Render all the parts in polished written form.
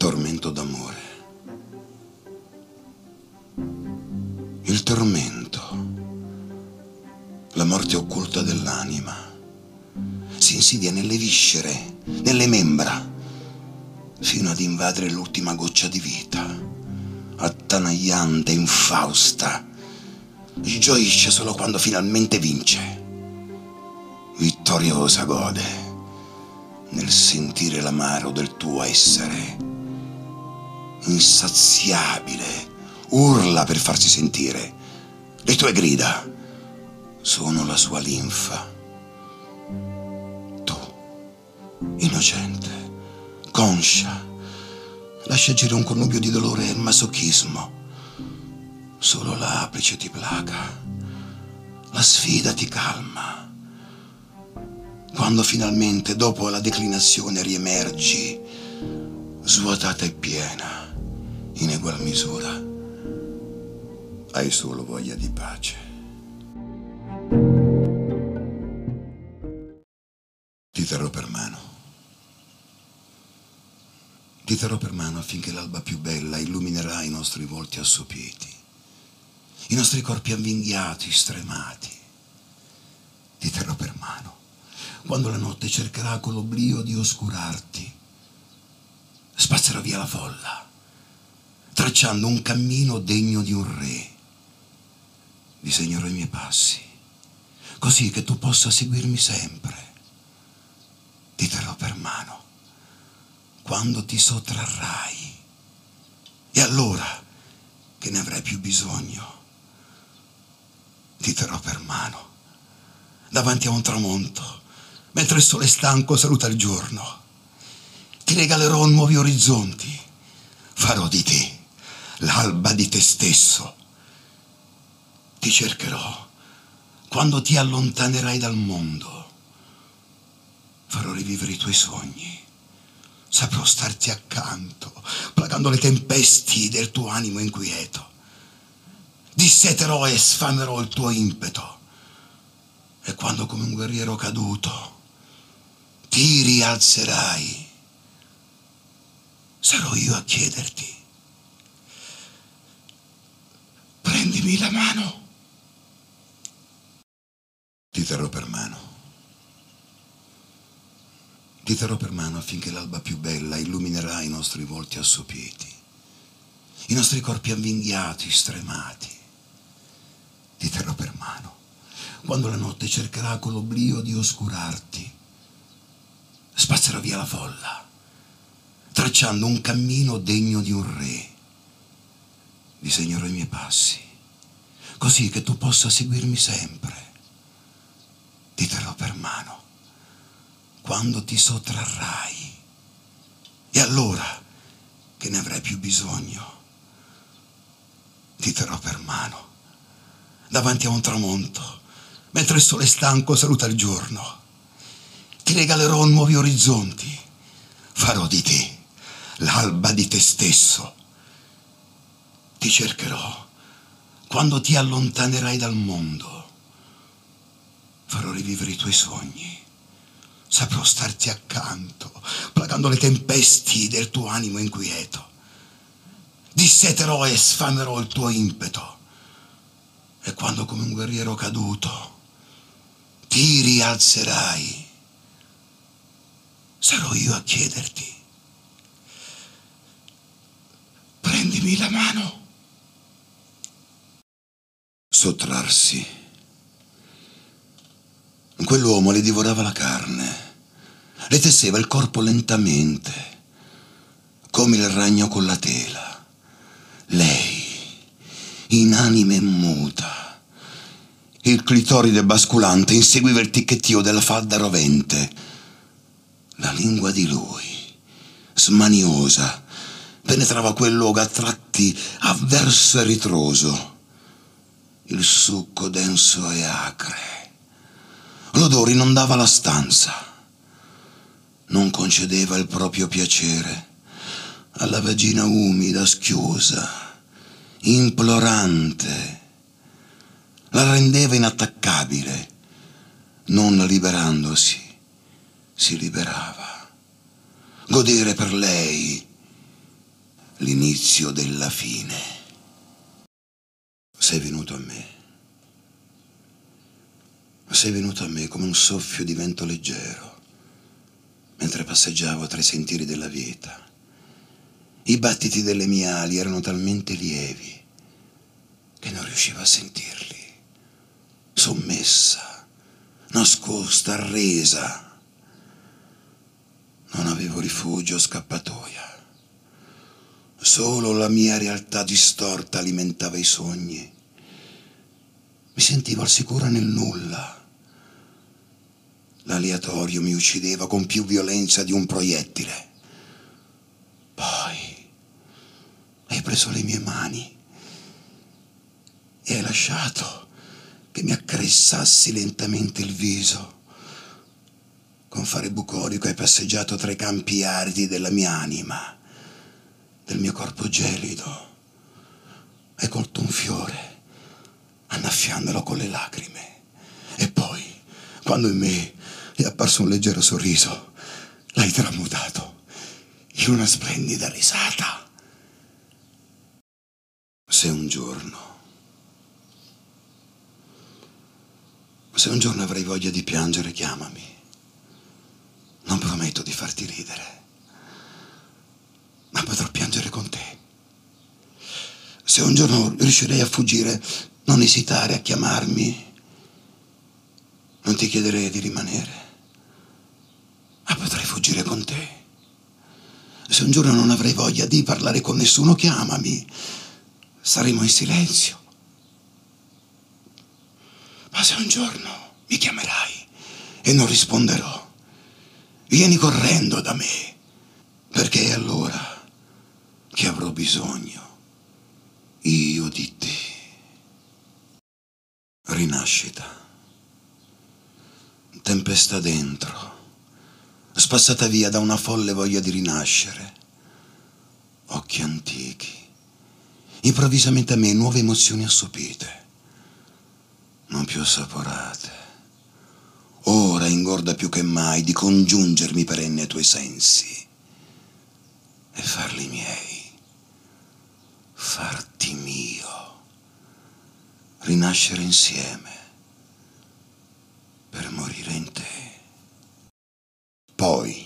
Tormento d'amore. Il tormento, la morte occulta dell'anima, si insidia nelle viscere, nelle membra, fino ad invadere l'ultima goccia di vita, attanagliante, infausta. Gioisce solo quando finalmente vince. Vittoriosa gode nel sentire l'amaro del tuo essere. Insaziabile, urla per farsi sentire. Le tue grida sono la sua linfa. Tu, innocente, conscia, lascia agire un connubio di dolore e masochismo. Solo l'apice ti placa, la sfida ti calma. Quando finalmente, dopo la declinazione, riemergi, svuotata e piena, in egual misura, hai solo voglia di pace. Ti terrò per mano. Ti terrò per mano affinché l'alba più bella illuminerà i nostri volti assopiti, i nostri corpi avvinghiati, stremati. Ti terrò per mano quando la notte cercherà con l'oblio di oscurarti. Spazzerò via la folla, tracciando un cammino degno di un re. Disegnerò i miei passi, così che tu possa seguirmi sempre. Ti terrò per mano quando ti sottrarrai, e allora che ne avrai più bisogno, ti terrò per mano davanti a un tramonto, mentre il sole stanco saluta il giorno. Ti regalerò nuovi orizzonti, farò di te l'alba di te stesso. Ti cercherò quando ti allontanerai dal mondo. Farò rivivere i tuoi sogni. Saprò starti accanto, placando le tempesti del tuo animo inquieto. Disseterò e sfamerò il tuo impeto. E quando, come un guerriero caduto, ti rialzerai, sarò io a chiederti: prendimi la mano. Ti terrò per mano. Ti terrò per mano affinché l'alba più bella illuminerà i nostri volti assopiti, i nostri corpi avvinghiati, stremati. Ti terrò per mano quando la notte cercherà con l'oblio di oscurarti. Spazzerò via la folla, tracciando un cammino degno di un re. Disegnerò i miei passi, così che tu possa seguirmi sempre. Ti terrò per mano quando ti sottrarrai, e allora che ne avrai più bisogno, ti terrò per mano davanti a un tramonto, mentre il sole stanco saluta il giorno. Ti regalerò nuovi orizzonti, farò di te l'alba di te stesso. Ti cercherò quando ti allontanerai dal mondo. Farò rivivere i tuoi sogni. Saprò starti accanto, placando le tempesti del tuo animo inquieto. Disseterò e sfamerò il tuo impeto. E quando, come un guerriero caduto, ti rialzerai, sarò io a chiederti: prendimi la mano. Sottrarsi. Quell'uomo le divorava la carne, le tesseva il corpo lentamente, come il ragno con la tela. Lei, inanime e muta, il clitoride basculante inseguiva il ticchettio della falda rovente. La lingua di lui, smaniosa, penetrava quel luogo a tratti avverso e ritroso. Il succo denso e acre. L'odore inondava la stanza. Non concedeva il proprio piacere alla vagina umida, schiosa, implorante. La rendeva inattaccabile. Non liberandosi, si liberava. Godere per lei l'inizio della fine. Sei venuto a me. Sei venuto a me come un soffio di vento leggero, mentre passeggiavo tra i sentieri della vita. I battiti delle mie ali erano talmente lievi che non riuscivo a sentirli. Sommessa, nascosta, arresa. Non avevo rifugio o scappatoia. Solo la mia realtà distorta alimentava i sogni. Mi sentivo al sicuro nel nulla. L'aleatorio mi uccideva con più violenza di un proiettile. Poi hai preso le mie mani e hai lasciato che mi accarezzassi lentamente il viso. Con fare bucolico hai passeggiato tra i campi aridi della mia anima, del mio corpo gelido. Hai colto un fiore, annaffiandolo con le lacrime. E poi, quando in me è apparso un leggero sorriso, l'hai tramutato in una splendida risata. Se un giorno avrai voglia di piangere, chiamami. Non prometto di farti ridere, ma potrò piangere con te. Se un giorno riuscirei a fuggire, non esitare a chiamarmi. Non ti chiederei di rimanere, ma potrei fuggire con te. Se un giorno non avrai voglia di parlare con nessuno, chiamami. Saremo in silenzio. Ma se un giorno mi chiamerai e non risponderò, vieni correndo da me, perché è allora che avrò bisogno io di te. Rinascita. Tempesta dentro, spazzata via da una folle voglia di rinascere. Occhi antichi. Improvvisamente a me nuove emozioni assopite, non più assaporate. Ora ingorda più che mai di congiungermi perenne ai tuoi sensi e farli miei, farti mio, rinascere insieme per morire in te. Poi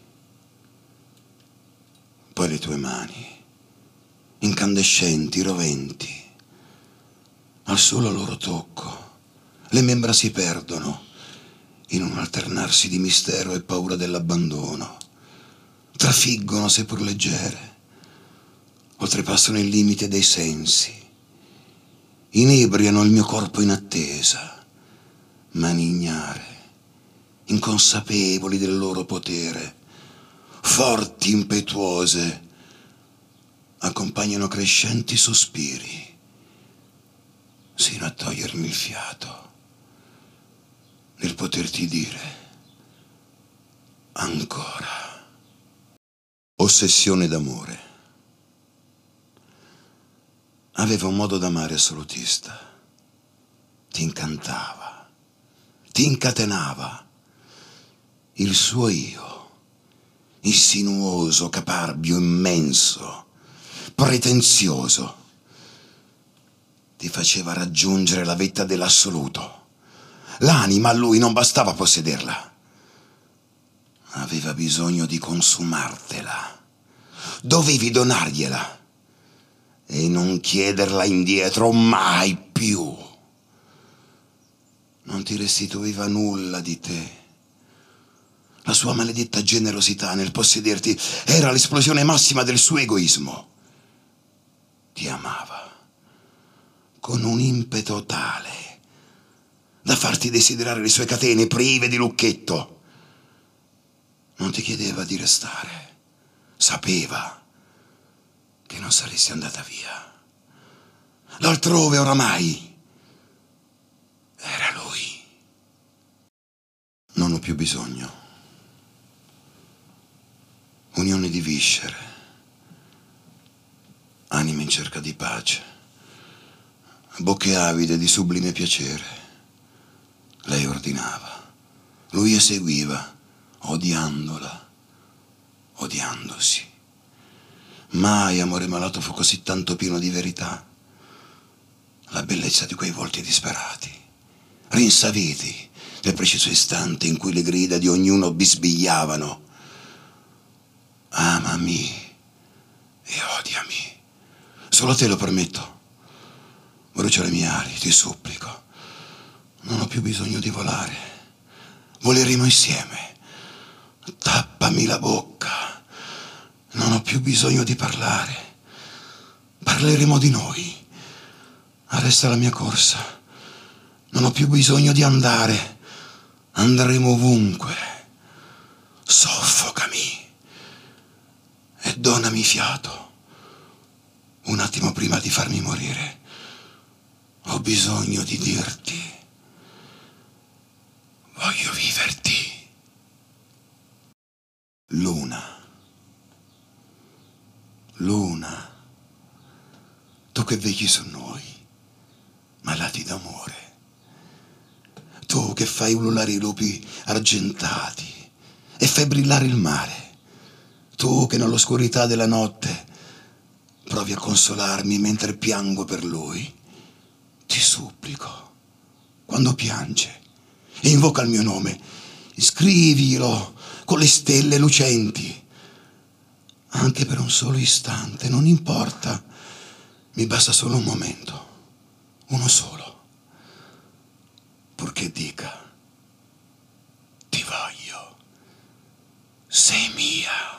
le tue mani, incandescenti, roventi, al solo loro tocco, le membra si perdono in un alternarsi di mistero e paura dell'abbandono. Trafiggono, seppur leggere, oltrepassano il limite dei sensi, inebriano il mio corpo in attesa, mani ignare, inconsapevoli del loro potere, forti, impetuose, accompagnano crescenti sospiri, sino a togliermi il fiato, nel poterti dire ancora. Ossessione d'amore. Aveva un modo d'amare assolutista. Ti incantava, ti incatenava. Il suo io, insinuoso, caparbio, immenso, pretenzioso, ti faceva raggiungere la vetta dell'assoluto. L'anima a lui non bastava possederla. Aveva bisogno di consumartela. Dovevi donargliela e non chiederla indietro mai più. Non ti restituiva nulla di te. La sua maledetta generosità nel possederti era l'esplosione massima del suo egoismo. Ti amava con un impeto tale da farti desiderare le sue catene prive di lucchetto. Non ti chiedeva di restare. Sapeva che non saresti andata via. L'altrove oramai era lui. Non ho più bisogno. Unione di viscere, anime in cerca di pace, bocche avide di sublime piacere. Lei ordinava, lui eseguiva, odiandola, odiandosi. Mai amore malato fu così tanto pieno di verità. La bellezza di quei volti disperati, rinsaviti nel preciso istante in cui le grida di ognuno bisbigliavano: amami e odiami, solo a te lo permetto. Brucia le mie ali, ti supplico. Non ho più bisogno di volare. Voleremo insieme. Tappami la bocca. Non ho più bisogno di parlare. Parleremo di noi. Arresta la mia corsa. Non ho più bisogno di andare. Andremo ovunque. Soffocami e donami fiato. Un attimo prima di farmi morire, ho bisogno di dirti: voglio viverti. Luna, luna, tu che vegli su noi, malati d'amore. Tu che fai ululare i lupi argentati e fai brillare il mare. Tu che nell'oscurità della notte provi a consolarmi mentre piango per lui. Ti supplico, quando piange e invoca il mio nome, scrivilo con le stelle lucenti. Anche per un solo istante, non importa, mi basta solo un momento, uno solo, purché dica: ti voglio, sei mia.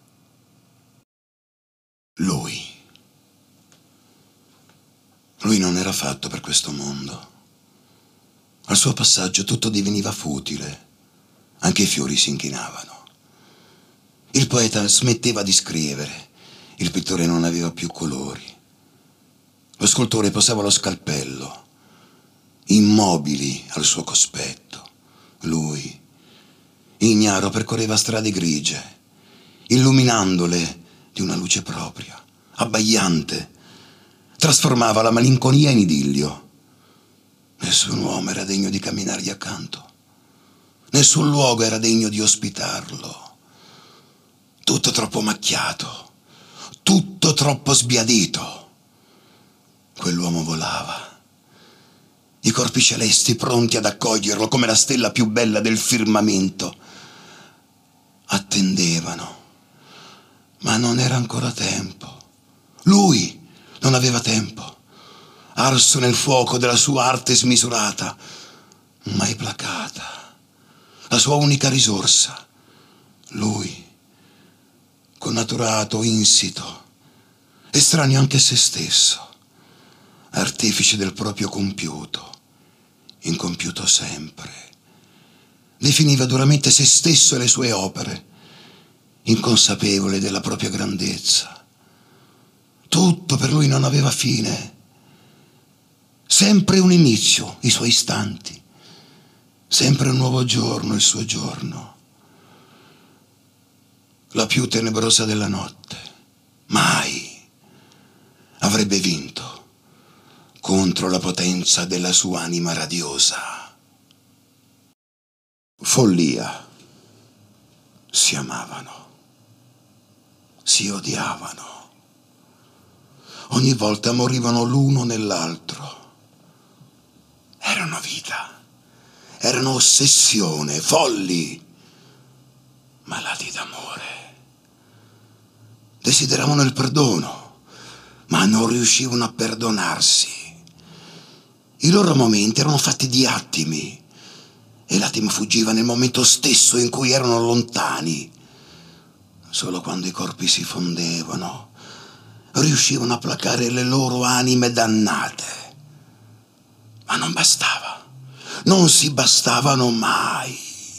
Lui non era fatto per questo mondo. Al suo passaggio tutto diveniva futile, anche i fiori si inchinavano. Il poeta smetteva di scrivere, il pittore non aveva più colori. Lo scultore posava lo scalpello, immobili al suo cospetto. Lui, ignaro, percorreva strade grigie, illuminandole di una luce propria, abbagliante. Trasformava la malinconia in idillio. Nessun uomo era degno di camminargli accanto. Nessun luogo era degno di ospitarlo. Tutto troppo macchiato, tutto troppo sbiadito. Quell'uomo volava. I corpi celesti pronti ad accoglierlo come la stella più bella del firmamento. Attendevano, ma non era ancora tempo. Lui non aveva tempo, arso nel fuoco della sua arte smisurata, mai placata, la sua unica risorsa. Lui, connaturato, insito, estraneo anche a se stesso, artefice del proprio compiuto, incompiuto sempre, definiva duramente se stesso e le sue opere, inconsapevole della propria grandezza. Tutto per lui non aveva fine, sempre un inizio, i suoi istanti, sempre un nuovo giorno, il suo giorno. La più tenebrosa della notte, mai avrebbe vinto contro la potenza della sua anima radiosa. Follia. Si amavano, si odiavano. Ogni volta morivano l'uno nell'altro. Erano vita, erano ossessione, folli, malati d'amore. Desideravano il perdono, ma non riuscivano a perdonarsi. I loro momenti erano fatti di attimi, e l'attimo fuggiva nel momento stesso in cui erano lontani. Solo quando i corpi si fondevano riuscivano a placare le loro anime dannate. Ma non bastava, non si bastavano mai.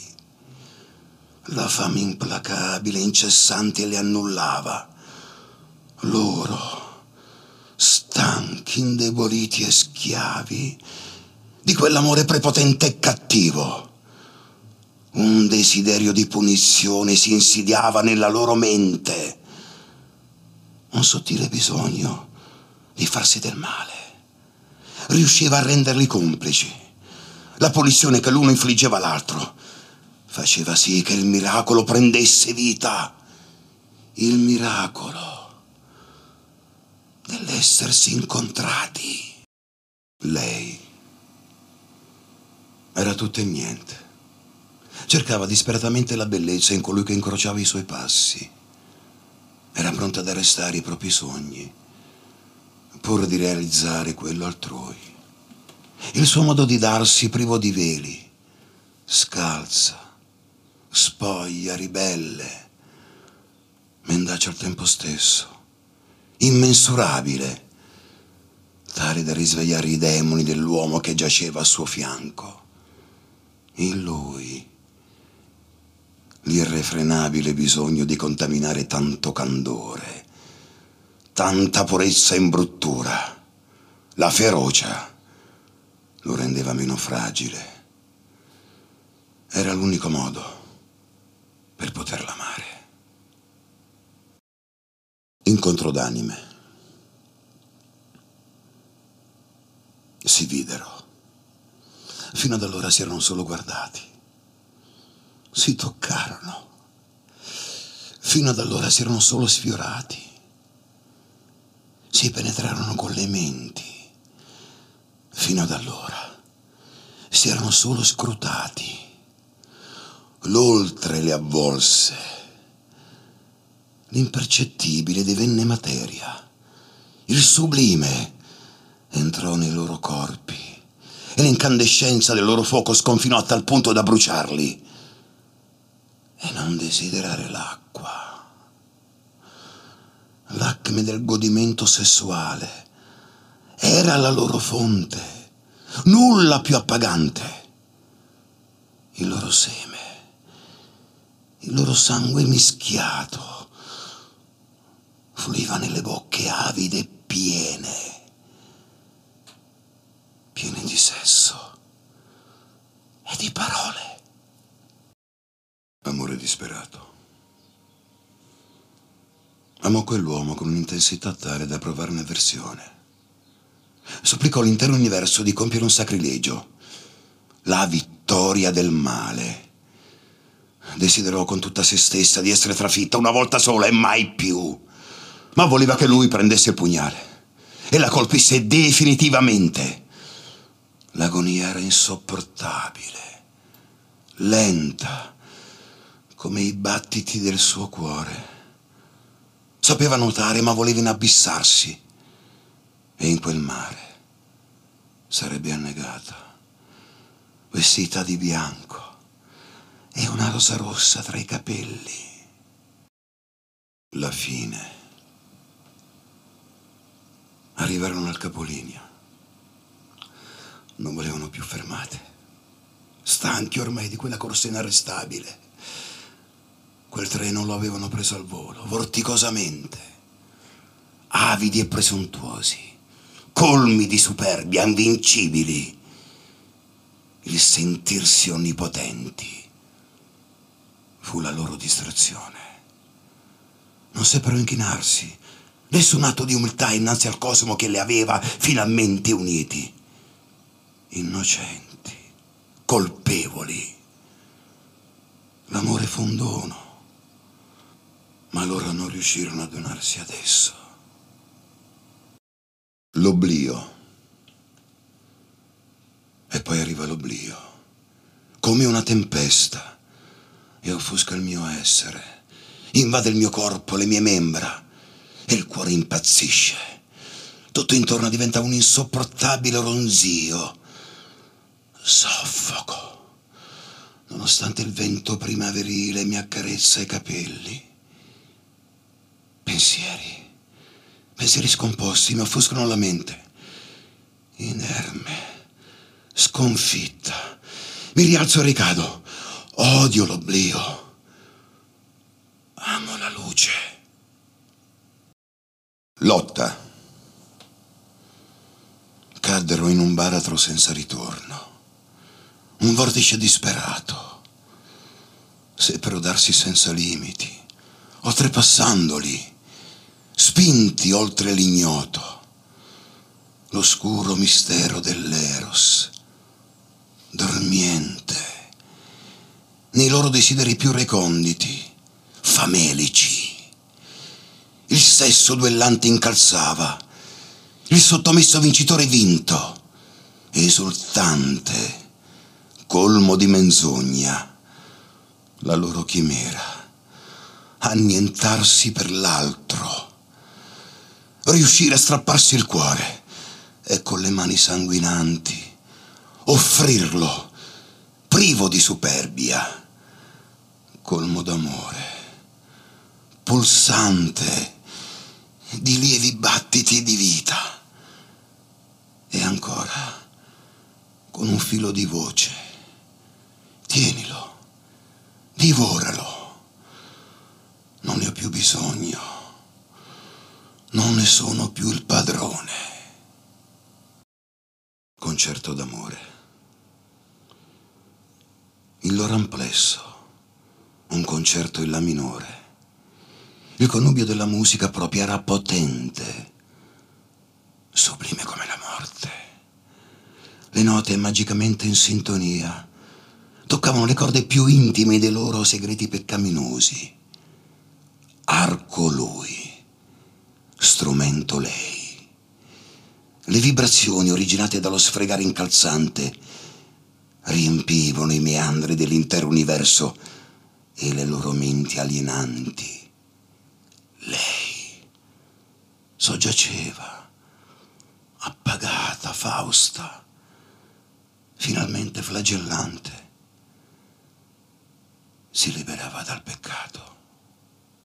La fame implacabile, incessante, le annullava. Loro, stanchi, indeboliti e schiavi di quell'amore prepotente e cattivo. Un desiderio di punizione si insidiava nella loro mente. Un sottile bisogno di farsi del male riusciva a renderli complici. La punizione che l'uno infliggeva all'altro faceva sì che il miracolo prendesse vita. Il miracolo dell'essersi incontrati. Lei era tutto e niente. Cercava disperatamente la bellezza in colui che incrociava i suoi passi. Era pronta ad arrestare i propri sogni, pur di realizzare quello altrui. Il suo modo di darsi privo di veli, scalza, spoglia, ribelle, mendace al tempo stesso, immensurabile, tale da risvegliare i demoni dell'uomo che giaceva a suo fianco. In lui l'irrefrenabile bisogno di contaminare tanto candore, tanta purezza in bruttura, la ferocia lo rendeva meno fragile. Era l'unico modo per poterla amare. Incontro d'anime. Si videro. Fino ad allora si erano solo guardati. Si toccarono. Fino ad allora si erano solo sfiorati. Si penetrarono con le menti. Fino ad allora si erano solo scrutati. L'oltre le avvolse. L'impercettibile divenne materia. Il sublime entrò nei loro corpi e l'incandescenza del loro fuoco sconfinò a tal punto da bruciarli e non desiderare l'acqua. L'acme del godimento sessuale era la loro fonte, nulla più appagante. Il loro seme, il loro sangue mischiato fluiva nelle bocche avide e piene di sesso e di parole. Amore disperato. Amò quell'uomo con un'intensità tale da provarne avversione. Supplicò l'intero universo di compiere un sacrilegio, la vittoria del male. Desiderò con tutta se stessa di essere trafitta una volta sola e mai più, ma voleva che lui prendesse il pugnale e la colpisse definitivamente. L'agonia era insopportabile, lenta, come i battiti del suo cuore. Sapeva nuotare, ma voleva inabissarsi, e in quel mare sarebbe annegata, vestita di bianco e una rosa rossa tra i capelli. La fine. Arrivarono al capolinea. Non volevano più fermate, stanchi ormai di quella corsa inarrestabile. Quel treno lo avevano preso al volo, vorticosamente, avidi e presuntuosi, colmi di superbia, invincibili. Il sentirsi onnipotenti fu la loro distrazione. Non seppero inchinarsi, nessun atto di umiltà innanzi al cosmo che li aveva finalmente uniti. Innocenti, colpevoli. L'amore fu un dono, ma loro non riuscirono a donarsi ad esso. L'oblio. E poi arriva l'oblio, come una tempesta, e offusca il mio essere, invade il mio corpo, le mie membra, e il cuore impazzisce. Tutto intorno diventa un insopportabile ronzio. Soffoco, nonostante il vento primaverile mi accarezza i capelli. Pensieri scomposti mi offuscano la mente. Inerme, sconfitta, mi rialzo e ricado. Odio l'oblio. Amo la luce. Lotta. Caddero in un baratro senza ritorno. Un vortice disperato. Seppero darsi senza limiti, oltrepassandoli, spinti oltre l'ignoto, l'oscuro mistero dell'Eros, dormiente, nei loro desideri più reconditi, famelici. Il sesso duellante incalzava, il sottomesso vincitore vinto, esultante, colmo di menzogna, la loro chimera, annientarsi per l'altro, riuscire a strapparsi il cuore e con le mani sanguinanti offrirlo, privo di superbia, colmo d'amore, pulsante di lievi battiti di vita e ancora con un filo di voce. Tienilo, divoralo, non ne ho più bisogno, non ne sono più il padrone. Concerto d'amore. Il loro amplesso, un concerto in la minore. Il connubio della musica propria era potente, sublime come la morte. Le note magicamente in sintonia toccavano le corde più intime dei loro segreti peccaminosi. Arco lui, strumento lei. Le vibrazioni originate dallo sfregare incalzante riempivano i meandri dell'intero universo e le loro menti alienanti. Lei soggiaceva, appagata, fausta, finalmente flagellante. Si liberava dal peccato.